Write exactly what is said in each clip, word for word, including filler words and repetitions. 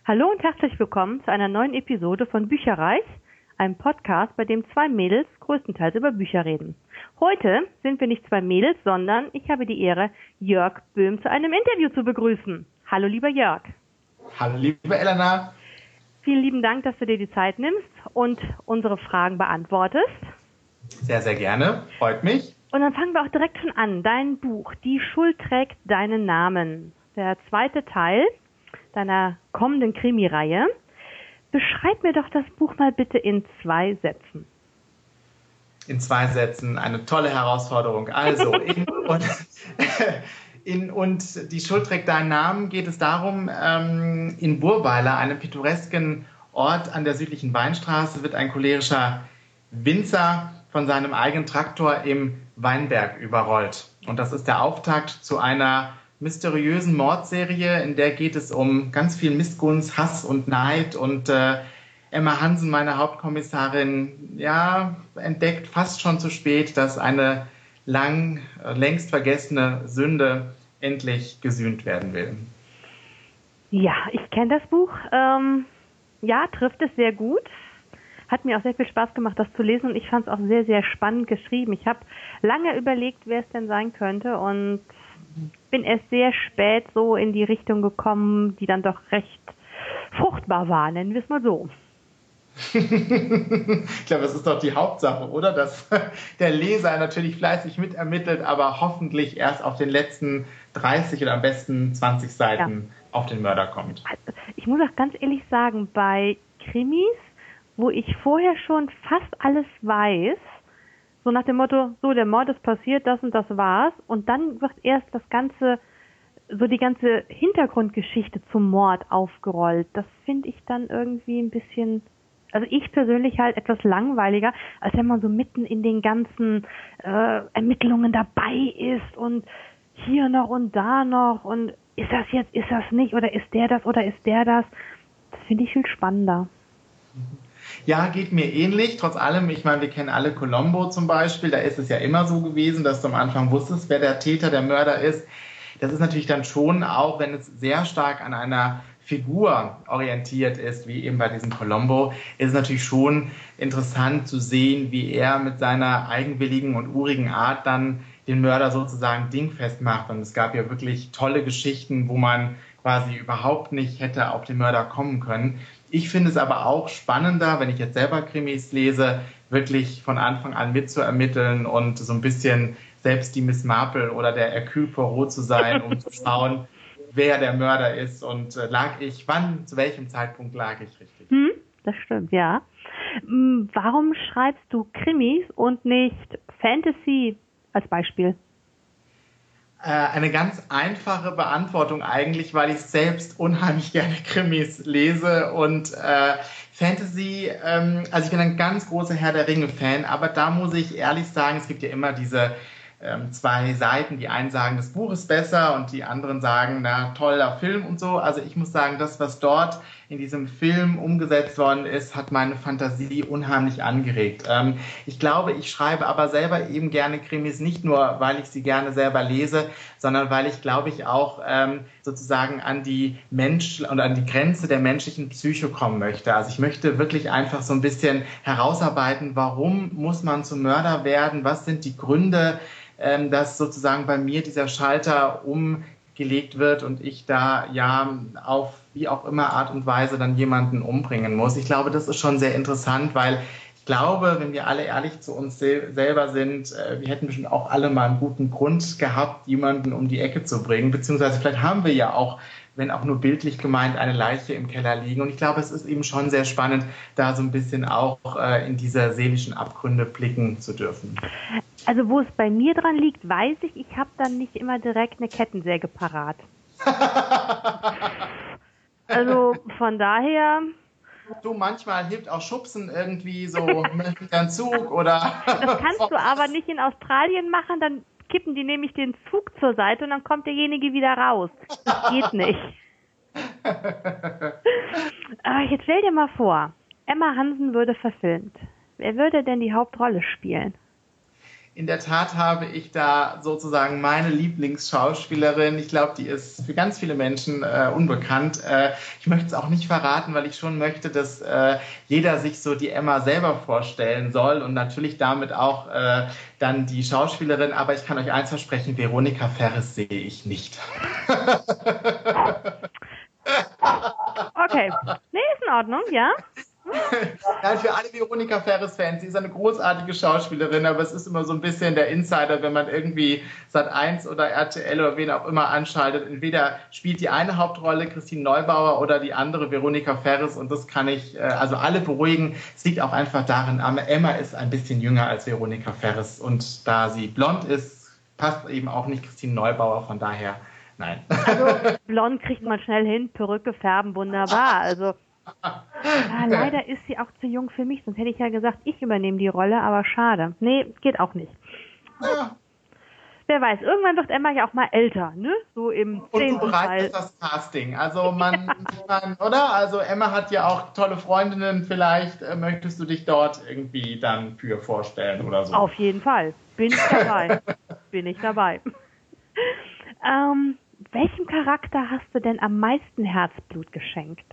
Hallo und herzlich willkommen zu einer neuen Episode von Bücherreich, einem Podcast, bei dem zwei Mädels größtenteils über Bücher reden. Heute sind wir nicht zwei Mädels, sondern ich habe die Ehre, Jörg Böhm zu einem Interview zu begrüßen. Hallo lieber Jörg. Hallo liebe Elena. Vielen lieben Dank, dass du dir die Zeit nimmst und unsere Fragen beantwortest. Sehr, sehr gerne. Freut mich. Und dann fangen wir auch direkt schon an. Dein Buch, Die Schuld trägt deinen Namen. Der zweite Teil deiner kommenden Krimireihe. Beschreib mir doch das Buch mal bitte in zwei Sätzen. In zwei Sätzen, eine tolle Herausforderung. Also, in und, in und Die Schuld trägt deinen Namen geht es darum, ähm, in Burweiler, einem pittoresken Ort an der südlichen Weinstraße, wird ein cholerischer Winzer von seinem eigenen Traktor im Weinberg überrollt. Und das ist der Auftakt zu einer mysteriösen Mordserie, in der geht es um ganz viel Missgunst, Hass und Neid. Und äh, Emma Hansen, meine Hauptkommissarin, ja, entdeckt fast schon zu spät, dass eine lang, äh, längst vergessene Sünde endlich gesühnt werden will. Ja, ich kenne das Buch. Ähm, ja, trifft es sehr gut. Hat mir auch sehr viel Spaß gemacht, das zu lesen, und ich fand es auch sehr, sehr spannend geschrieben. Ich habe lange überlegt, wer es denn sein könnte, und bin erst sehr spät so in die Richtung gekommen, die dann doch recht fruchtbar war, nennen wir es mal so. Ich glaube, das ist doch die Hauptsache, oder? Dass der Leser natürlich fleißig mitermittelt, aber hoffentlich erst auf den letzten dreißig oder am besten zwanzig Seiten ja. auf den Mörder kommt. Also, ich muss auch ganz ehrlich sagen, bei Krimis, wo ich vorher schon fast alles weiß, so nach dem Motto, so der Mord ist passiert, das und das war's, und dann wird erst das ganze, so die ganze Hintergrundgeschichte zum Mord aufgerollt. Das finde ich dann irgendwie ein bisschen, also ich persönlich halt etwas langweiliger, als wenn man so mitten in den ganzen äh, Ermittlungen dabei ist und hier noch und da noch und ist das jetzt, ist das nicht, oder ist der das oder ist der das? Das finde ich viel spannender. Ja, geht mir ähnlich. Trotz allem, ich meine, wir kennen alle Columbo zum Beispiel. Da ist es ja immer so gewesen, dass du am Anfang wusstest, wer der Täter, der Mörder ist. Das ist natürlich dann schon, auch wenn es sehr stark an einer Figur orientiert ist, wie eben bei diesem Columbo, ist es natürlich schon interessant zu sehen, wie er mit seiner eigenwilligen und urigen Art dann den Mörder sozusagen dingfest macht. Und es gab ja wirklich tolle Geschichten, wo man quasi überhaupt nicht hätte auf den Mörder kommen können. Ich finde es aber auch spannender, wenn ich jetzt selber Krimis lese, wirklich von Anfang an mitzuermitteln und so ein bisschen selbst die Miss Marple oder der Hercule Poirot zu sein, um zu schauen, wer der Mörder ist und äh, lag ich, wann, zu welchem Zeitpunkt lag ich richtig. Hm, das stimmt, ja. Warum schreibst du Krimis und nicht Fantasy als Beispiel? Eine ganz einfache Beantwortung eigentlich, weil ich selbst unheimlich gerne Krimis lese und äh, Fantasy, ähm, also ich bin ein ganz großer Herr der Ringe-Fan, aber da muss ich ehrlich sagen, es gibt ja immer diese ähm, zwei Seiten, die einen sagen, das Buch ist besser und die anderen sagen, na, toller Film und so. Also ich muss sagen, das, was dort in diesem Film umgesetzt worden ist, hat meine Fantasie unheimlich angeregt. Ähm, ich glaube, ich schreibe aber selber eben gerne Krimis, nicht nur, weil ich sie gerne selber lese, sondern weil ich, glaube ich, auch ähm, sozusagen an die Mensch und an die Grenze der menschlichen Psyche kommen möchte. Also ich möchte wirklich einfach so ein bisschen herausarbeiten, warum muss man zum Mörder werden, was sind die Gründe, ähm, dass sozusagen bei mir dieser Schalter umgelegt wird und ich da ja auf wie auch immer Art und Weise dann jemanden umbringen muss. Ich glaube, das ist schon sehr interessant, weil ich glaube, wenn wir alle ehrlich zu uns sel- selber sind, äh, wir hätten bestimmt auch alle mal einen guten Grund gehabt, jemanden um die Ecke zu bringen, beziehungsweise vielleicht haben wir ja auch, wenn auch nur bildlich gemeint, eine Leiche im Keller liegen. Und ich glaube, es ist eben schon sehr spannend, da so ein bisschen auch äh, in diese seelischen Abgründe blicken zu dürfen. Also wo es bei mir dran liegt, weiß ich, ich habe dann nicht immer direkt eine Kettensäge parat. Also von daher... Du, manchmal hilft auch Schubsen irgendwie so mit einem Zug oder... Das kannst du aber nicht in Australien machen, dann kippen die nämlich den Zug zur Seite und dann kommt derjenige wieder raus. Das geht nicht. Aber jetzt stell dir mal vor, Emma Hansen würde verfilmt. Wer würde denn die Hauptrolle spielen? in der Tat habe ich da sozusagen meine Lieblingsschauspielerin. Ich glaube, die ist für ganz viele Menschen äh, unbekannt. Äh, ich möchte es auch nicht verraten, weil ich schon möchte, dass äh, jeder sich so die Emma selber vorstellen soll und natürlich damit auch äh, dann die Schauspielerin. Aber ich kann euch eins versprechen, Veronika Ferres sehe ich nicht. Okay, nee, ist in Ordnung, ja. Nein, für alle Veronika Ferres-Fans, sie ist eine großartige Schauspielerin, aber es ist immer so ein bisschen der Insider, wenn man irgendwie Sat eins oder R T L oder wen auch immer anschaltet. Entweder spielt die eine Hauptrolle Christine Neubauer oder die andere Veronika Ferres und das kann ich also alle beruhigen. Es liegt auch einfach darin, Emma ist ein bisschen jünger als Veronika Ferres und da sie blond ist, passt eben auch nicht Christine Neubauer, von daher nein. Also blond kriegt man schnell hin, Perücke färben, wunderbar, also ja, leider ist sie auch zu jung für mich, sonst hätte ich ja gesagt, ich übernehme die Rolle, aber schade. Nee, geht auch nicht. Ja. Wer weiß, irgendwann wird Emma ja auch mal älter, ne? So im zehnten Und du Teil. bereitest das Casting. Also man, man, oder? Also Emma hat ja auch tolle Freundinnen, vielleicht äh, möchtest du dich dort irgendwie dann für vorstellen oder so. Auf jeden Fall. Bin ich dabei. Bin ich dabei. ähm, welchem Charakter hast du denn am meisten Herzblut geschenkt?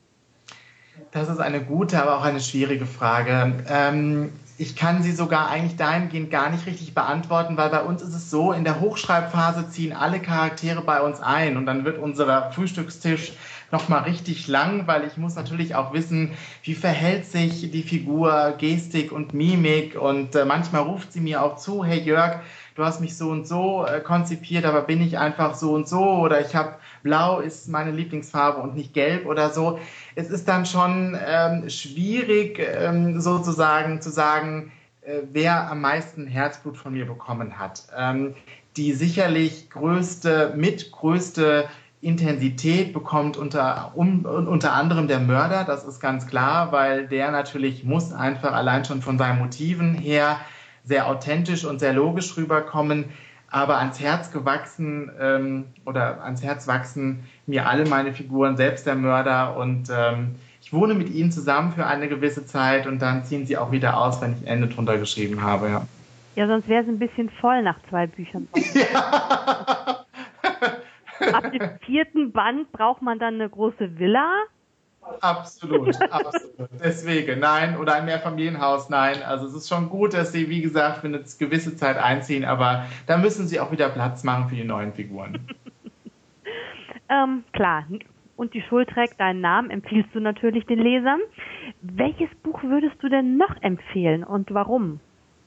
Das ist eine gute, aber auch eine schwierige Frage. Ähm, ich kann sie sogar eigentlich dahingehend gar nicht richtig beantworten, weil bei uns ist es so, in der Hochschreibphase ziehen alle Charaktere bei uns ein und dann wird unser Frühstückstisch nochmal richtig lang, weil ich muss natürlich auch wissen, wie verhält sich die Figur, Gestik und Mimik und äh, manchmal ruft sie mir auch zu, hey Jörg, du hast mich so und so äh, konzipiert, aber bin ich einfach so und so oder ich habe Blau ist meine Lieblingsfarbe und nicht Gelb oder so. Es ist dann schon ähm, schwierig ähm, sozusagen zu sagen, äh, wer am meisten Herzblut von mir bekommen hat. Ähm, die sicherlich größte, mitgrößte Intensität bekommt unter, um, unter anderem der Mörder, das ist ganz klar, weil der natürlich muss einfach allein schon von seinen Motiven her sehr authentisch und sehr logisch rüberkommen, aber ans Herz gewachsen ähm, oder ans Herz wachsen mir alle meine Figuren, selbst der Mörder und ähm, ich wohne mit ihnen zusammen für eine gewisse Zeit und dann ziehen sie auch wieder aus, wenn ich ein Ende drunter geschrieben habe. Ja, ja, sonst wäre es ein bisschen voll nach zwei Büchern. Ja. Ab dem vierten Band braucht man dann eine große Villa. Absolut, absolut. Deswegen, nein, oder ein Mehrfamilienhaus, nein. Also es ist schon gut, dass sie, wie gesagt, für eine gewisse Zeit einziehen, aber da müssen sie auch wieder Platz machen für die neuen Figuren. ähm, klar, und die Schuld trägt deinen Namen, empfiehlst du natürlich den Lesern. Welches Buch würdest du denn noch empfehlen und warum?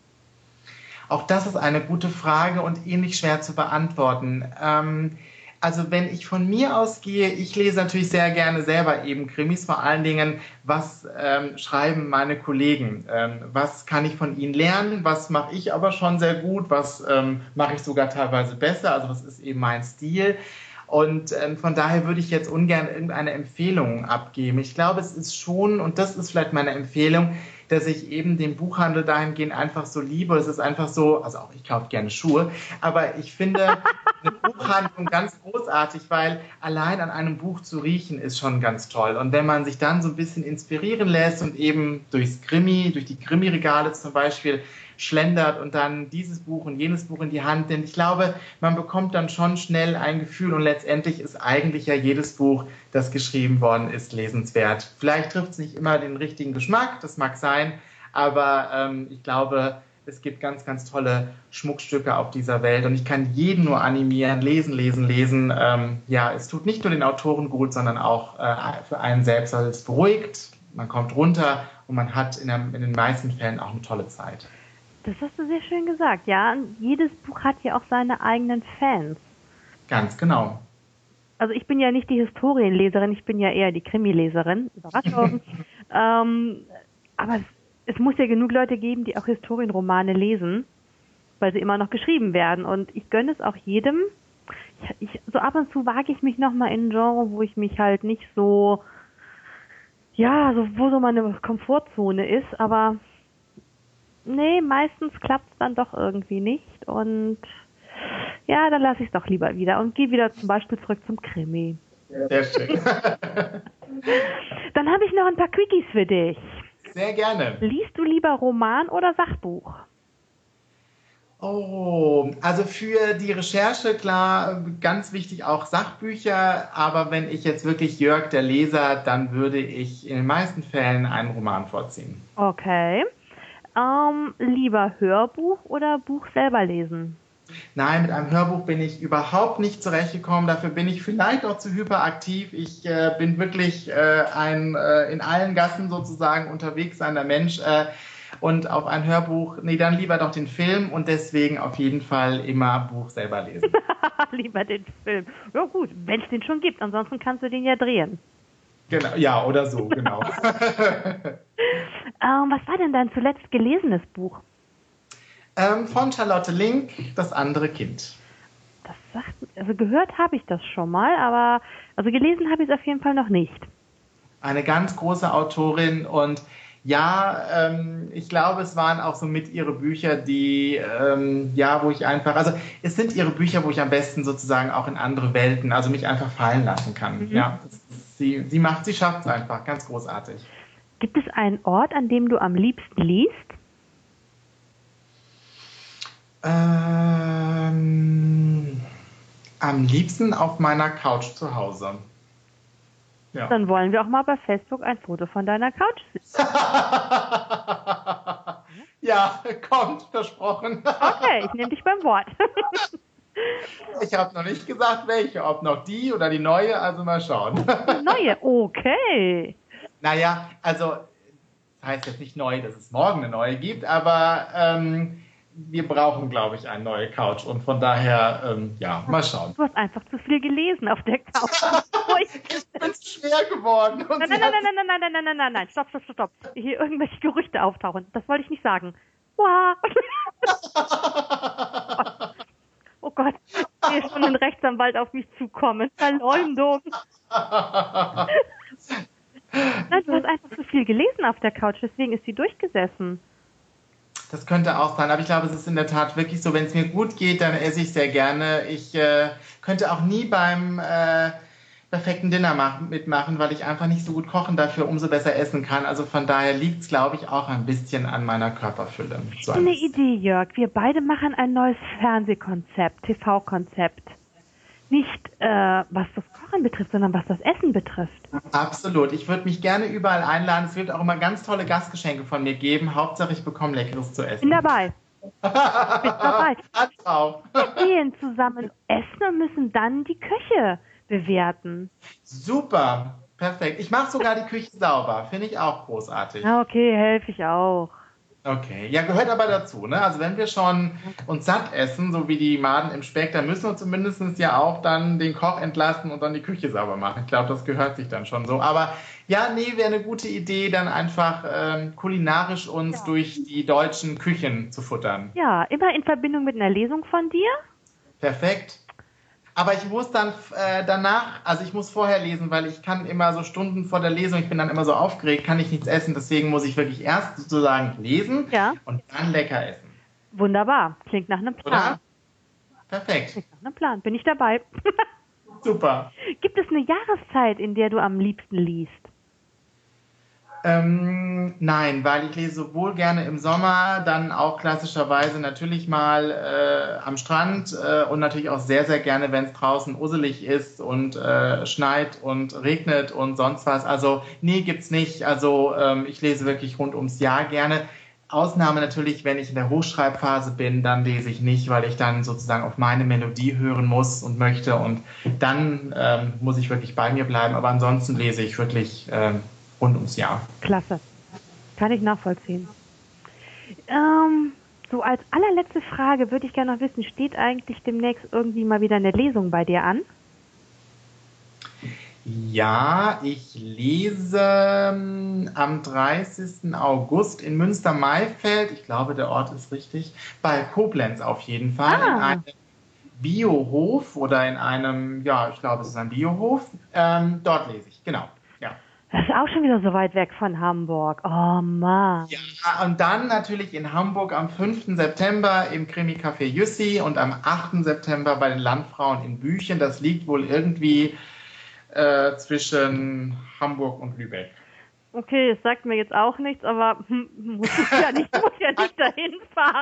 Auch das ist eine gute Frage und ähnlich schwer zu beantworten. Ähm, Also wenn ich von mir ausgehe, ich lese natürlich sehr gerne selber eben Krimis, vor allen Dingen, was ähm, schreiben meine Kollegen, ähm, was kann ich von ihnen lernen, was mache ich aber schon sehr gut, was ähm, mache ich sogar teilweise besser, also was ist eben mein Stil. Und ähm, von daher würde ich jetzt ungern irgendeine Empfehlung abgeben. Ich glaube, es ist schon, und das ist vielleicht meine Empfehlung, dass ich eben den Buchhandel dahingehend einfach so liebe. Es ist einfach so, also auch ich kaufe gerne Schuhe, aber ich finde eine Buchhandlung ganz großartig, weil allein an einem Buch zu riechen ist schon ganz toll. Und wenn man sich dann so ein bisschen inspirieren lässt und eben durchs Krimi, durch die Krimi-Regale zum Beispiel schlendert und dann dieses Buch und jenes Buch in die Hand nimmt. Ich glaube, man bekommt dann schon schnell ein Gefühl und letztendlich ist eigentlich ja jedes Buch, das geschrieben worden ist, lesenswert. Vielleicht trifft es nicht immer den richtigen Geschmack, das mag sein, aber ähm, ich glaube, es gibt ganz, ganz tolle Schmuckstücke auf dieser Welt und ich kann jeden nur animieren, lesen, lesen, lesen. Ähm, ja, es tut nicht nur den Autoren gut, sondern auch äh, für einen selbst, also es beruhigt, man kommt runter und man hat in, der, in den meisten Fällen auch eine tolle Zeit. Das hast du sehr schön gesagt, ja. Jedes Buch hat ja auch seine eigenen Fans. Ganz genau. Also ich bin ja nicht die Historienleserin, ich bin ja eher die Krimileserin. Überraschung. ähm, aber es, es muss ja genug Leute geben, die auch Historienromane lesen, weil sie immer noch geschrieben werden. Und ich gönne es auch jedem. Ich, ich, so ab und zu wage ich mich nochmal in ein Genre, wo ich mich halt nicht so, ja, so, wo so meine Komfortzone ist, aber nee, meistens klappt es dann doch irgendwie nicht und ja, dann lasse ich es doch lieber wieder und gehe wieder zum Beispiel zurück zum Krimi. Sehr schön. Dann habe ich noch ein paar Quickies für dich. Sehr gerne. Liest du lieber Roman oder Sachbuch? Oh, also für die Recherche, klar, ganz wichtig auch Sachbücher, aber wenn ich jetzt wirklich Jörg der Leser, dann würde ich in den meisten Fällen einen Roman vorziehen. Okay. Ähm, lieber Hörbuch oder Buch selber lesen? Nein, mit einem Hörbuch bin ich überhaupt nicht zurechtgekommen. Dafür bin ich vielleicht auch zu hyperaktiv. Ich äh, bin wirklich äh, ein äh, in allen Gassen sozusagen unterwegs seiender Mensch. Äh, und auf ein Hörbuch, nee, dann lieber doch den Film und deswegen auf jeden Fall immer Buch selber lesen. Lieber den Film. Ja gut, wenn es den schon gibt. Ansonsten kannst du den ja drehen. Genau, ja, oder so, genau. Ähm, was war denn dein zuletzt gelesenes Buch? ähm, von Charlotte Link, Das andere Kind. Das sagt, also gehört habe ich das schon mal, aber also gelesen habe ich es auf jeden Fall noch nicht. Eine ganz große Autorin und ja, ähm, ich glaube, es waren auch so mit ihre Bücher, die, ähm, ja, wo ich einfach, also es sind ihre Bücher, wo ich am besten sozusagen auch in andere Welten, also mich einfach fallen lassen kann. Mhm. Ja, das, sie, sie macht, sie schafft es einfach, ganz großartig. Gibt es einen Ort, an dem du am liebsten liest? Ähm, am liebsten auf meiner Couch zu Hause. Ja. Dann wollen wir auch mal bei Facebook ein Foto von deiner Couch sehen. Ja, kommt, versprochen. Okay, ich nehme dich beim Wort. Ich habe noch nicht gesagt, welche, ob noch die oder die neue, also mal schauen. Die neue, okay. Naja, also, das heißt jetzt nicht neu, dass es morgen eine neue gibt, aber ähm, wir brauchen, glaube ich, eine neue Couch und von daher, ähm, ja, mal schauen. Du hast einfach zu viel gelesen auf der Couch. Ich bin schwer geworden. Und Nein, sie nein, nein, hat nein, nein, nein, nein, nein, nein, nein, nein, stopp, stopp, stopp, stopp. Hier irgendwelche Gerüchte auftauchen. Das wollte ich nicht sagen. Wow. Oh Gott, ich sehe schon den Rechtsanwalt auf mich zukommen. Verleumdung. Nein, du hast einfach zu viel gelesen auf der Couch, deswegen ist sie durchgesessen. Das könnte auch sein, aber ich glaube, es ist in der Tat wirklich so, wenn es mir gut geht, dann esse ich sehr gerne. Ich äh, könnte auch nie beim äh, perfekten Dinner machen, mitmachen, weil ich einfach nicht so gut kochen dafür umso besser essen kann. Also von daher liegt es, glaube ich, auch ein bisschen an meiner Körperfülle. So ein Eine bisschen. Idee, Jörg. Wir beide machen ein neues Fernsehkonzept, T V-Konzept. Nicht äh, was das Kochen betrifft, sondern was das Essen betrifft. Absolut. Ich würde mich gerne überall einladen. Es wird auch immer ganz tolle Gastgeschenke von mir geben. Hauptsache, ich bekomme Leckeres zu essen. Bin dabei. Bin dabei. Hand drauf. Wir gehen zusammen essen und müssen dann die Köche bewerten. Super. Perfekt. Ich mache sogar die Küche sauber. Finde ich auch großartig. Ja, okay, helfe ich auch. Okay, ja, gehört aber dazu, ne? Also wenn wir schon uns satt essen, so wie die Maden im Speck, dann müssen wir zumindest ja auch dann den Koch entlasten und dann die Küche sauber machen. Ich glaube, das gehört sich dann schon so. Aber ja, nee, wäre eine gute Idee, dann einfach ähm, kulinarisch uns Ja. durch die deutschen Küchen zu futtern. Ja, immer in Verbindung mit einer Lesung von dir. Perfekt. Aber ich muss dann äh, danach, also ich muss vorher lesen, weil ich kann immer so Stunden vor der Lesung, ich bin dann immer so aufgeregt, kann ich nichts essen. Deswegen muss ich wirklich erst sozusagen lesen Ja. und dann lecker essen. Wunderbar. Klingt nach einem Plan. Oder? Perfekt. Klingt nach einem Plan. Bin ich dabei. Super. Gibt es eine Jahreszeit, in der du am liebsten liest? Ähm, nein, weil ich lese sowohl gerne im Sommer, dann auch klassischerweise natürlich mal äh, am Strand äh, und natürlich auch sehr, sehr gerne, wenn es draußen usselig ist und äh, schneit und regnet und sonst was. Also nee, gibt's nicht. Also ähm, ich lese wirklich rund ums Jahr gerne. Ausnahme natürlich, wenn ich in der Hochschreibphase bin, dann lese ich nicht, weil ich dann sozusagen auf meine Melodie hören muss und möchte und dann ähm, muss ich wirklich bei mir bleiben. Aber ansonsten lese ich wirklich ähm, rund ums Jahr. Klasse. Kann ich nachvollziehen. Ähm, so als allerletzte Frage würde ich gerne noch wissen, steht eigentlich demnächst irgendwie mal wieder eine Lesung bei dir an? Ja, ich lese ähm, am dreißigsten August in Münster-Maifeld, ich glaube, der Ort ist richtig, bei Koblenz auf jeden Fall, Ah. in einem Biohof oder in einem, ja, ich glaube, es ist ein Biohof. Ähm, dort lese ich, genau. Ja. Das ist auch schon wieder so weit weg von Hamburg. Oh Mann. Ja, und dann natürlich in Hamburg am fünften September im Krimi-Café Jussi und am achten September bei den Landfrauen in Büchen. Das liegt wohl irgendwie äh, zwischen Hamburg und Lübeck. Okay, es sagt mir jetzt auch nichts, aber hm, muss ich ja nicht, muss ja nicht dahin fahren.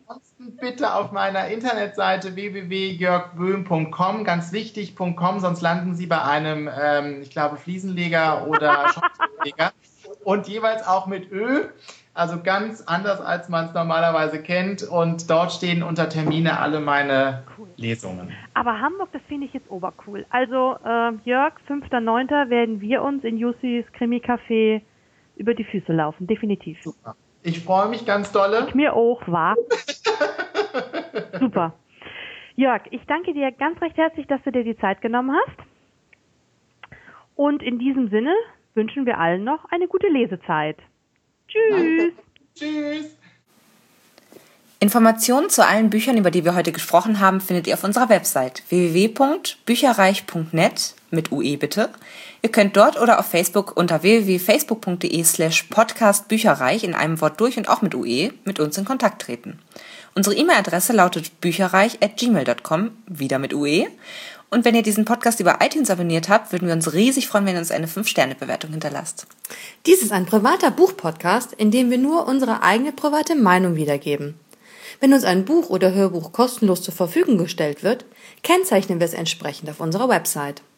Ansonsten bitte auf meiner Internetseite w w w punkt jörg böhm punkt com, ganz wichtig, .com, sonst landen Sie bei einem, ähm, ich glaube, Fliesenleger oder Schornsteinfeger. Und jeweils auch mit Ö, also ganz anders, als man es normalerweise kennt. Und dort stehen unter Termine alle meine cool. Lesungen. Aber Hamburg, das finde ich jetzt obercool. Also äh, Jörg, fünfter neunter werden wir uns in Jussis Krimi-Café über die Füße laufen, definitiv. Super. Ich freue mich ganz dolle. Ich mir auch, war. Super. Jörg, ich danke dir ganz recht herzlich, dass du dir die Zeit genommen hast. Und in diesem Sinne wünschen wir allen noch eine gute Lesezeit. Tschüss. Danke. Tschüss. Informationen zu allen Büchern, über die wir heute gesprochen haben, findet ihr auf unserer Website w w w punkt bücherreich punkt net mit U E bitte. Ihr könnt dort oder auf Facebook unter w w w punkt facebook punkt de slash podcast bücherreich in einem Wort durch und auch mit U E mit uns in Kontakt treten. Unsere E-Mail-Adresse lautet bücherreich at gmail punkt com, wieder mit U E. Und wenn ihr diesen Podcast über iTunes abonniert habt, würden wir uns riesig freuen, wenn ihr uns eine fünf Sterne Bewertung hinterlasst. Dies ist ein privater Buchpodcast, in dem wir nur unsere eigene private Meinung wiedergeben. Wenn uns ein Buch oder Hörbuch kostenlos zur Verfügung gestellt wird, kennzeichnen wir es entsprechend auf unserer Website.